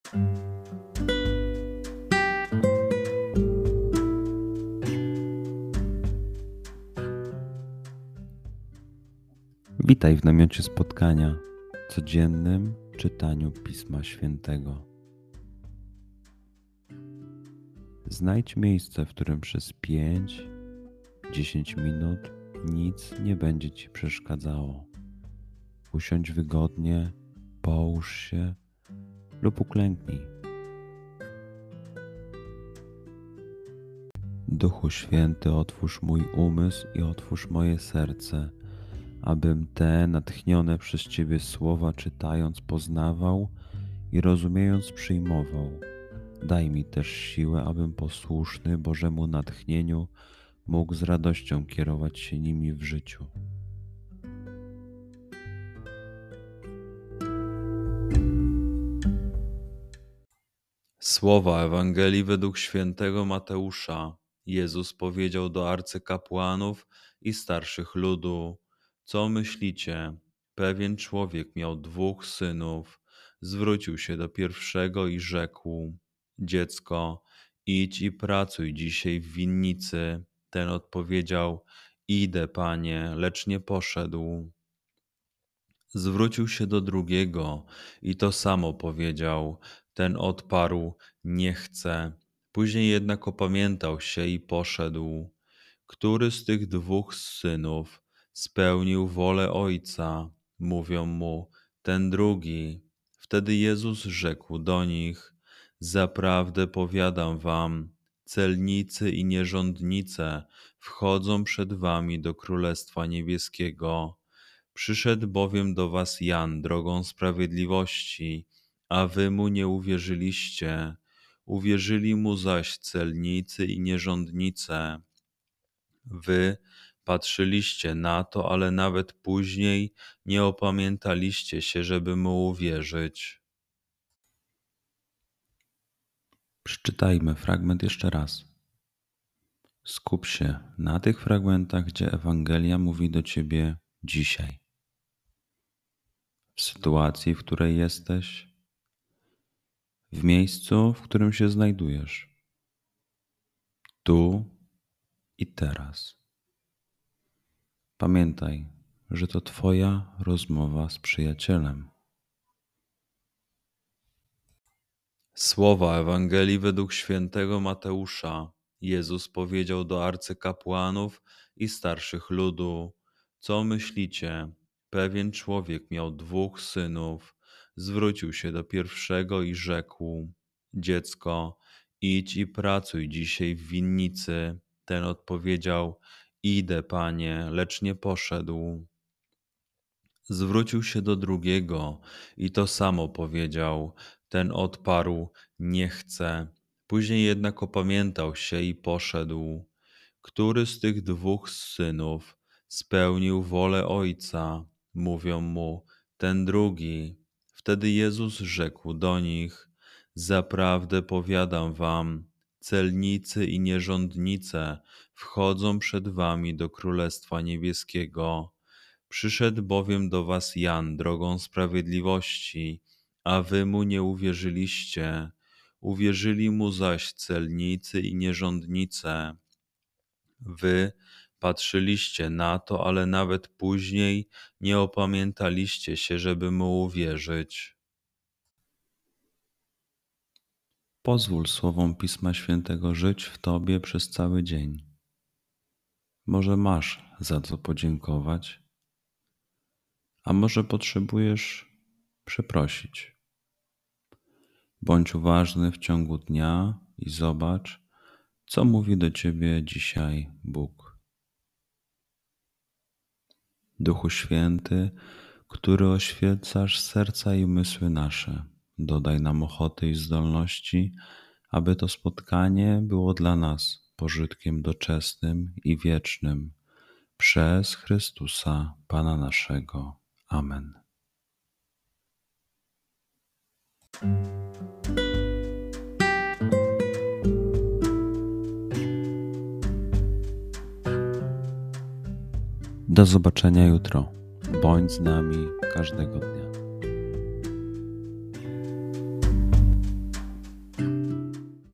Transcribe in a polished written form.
Witaj w namiocie spotkania, codziennym czytaniu Pisma Świętego. Znajdź miejsce, w którym przez 5-10 minut nic nie będzie Ci przeszkadzało. Usiądź wygodnie, połóż się lub uklęknij. Duchu Święty, otwórz mój umysł i otwórz moje serce, abym te natchnione przez Ciebie słowa czytając poznawał i rozumiejąc przyjmował. Daj mi też siłę, abym posłuszny Bożemu natchnieniu mógł z radością kierować się nimi w życiu. Słowa Ewangelii według świętego Mateusza. Jezus powiedział do arcykapłanów i starszych ludu: Co myślicie? Pewien człowiek miał 2 synów. Zwrócił się do pierwszego i rzekł: Dziecko, idź i pracuj dzisiaj w winnicy. Ten odpowiedział: Idę, panie, lecz nie poszedł. Zwrócił się do drugiego i to samo powiedział. Ten odparł: Nie chcę. Później jednak opamiętał się i poszedł. Który z tych 2 synów spełnił wolę ojca? Mówią mu: Ten drugi. Wtedy Jezus rzekł do nich: Zaprawdę powiadam wam, celnicy i nierządnice wchodzą przed wami do Królestwa Niebieskiego. Przyszedł bowiem do was Jan drogą sprawiedliwości, a wy mu nie uwierzyliście. Uwierzyli mu zaś celnicy i nierządnice. Wy patrzyliście na to, ale nawet później nie opamiętaliście się, żeby mu uwierzyć. Przeczytajmy fragment jeszcze raz. Skup się na tych fragmentach, gdzie Ewangelia mówi do Ciebie dzisiaj. W sytuacji, w której jesteś, w miejscu, w którym się znajdujesz, tu i teraz. Pamiętaj, że to Twoja rozmowa z przyjacielem. Słowa Ewangelii według świętego Mateusza. Jezus powiedział do arcykapłanów i starszych ludu: Co myślicie? Pewien człowiek miał 2 synów. Zwrócił się do pierwszego i rzekł: Dziecko, idź i pracuj dzisiaj w winnicy. Ten odpowiedział: Idę, panie, lecz nie poszedł. Zwrócił się do drugiego i to samo powiedział. Ten odparł: Nie chcę. Później jednak opamiętał się i poszedł. Który z tych 2 synów spełnił wolę ojca? Mówią mu: Ten drugi. Wtedy Jezus rzekł do nich: Zaprawdę powiadam wam, celnicy i nierządnice wchodzą przed wami do Królestwa Niebieskiego. Przyszedł bowiem do was Jan drogą sprawiedliwości, a wy mu nie uwierzyliście. Uwierzyli mu zaś celnicy i nierządnice. Wy patrzyliście na to, ale nawet później nie opamiętaliście się, żeby mu uwierzyć. Pozwól słowom Pisma Świętego żyć w Tobie przez cały dzień. Może masz za co podziękować, a może potrzebujesz przeprosić. Bądź uważny w ciągu dnia i zobacz, co mówi do Ciebie dzisiaj Bóg. Duchu Święty, który oświecasz serca i umysły nasze, dodaj nam ochoty i zdolności, aby to spotkanie było dla nas pożytkiem doczesnym i wiecznym. Przez Chrystusa, Pana naszego. Amen. Do zobaczenia jutro. Bądź z nami każdego dnia.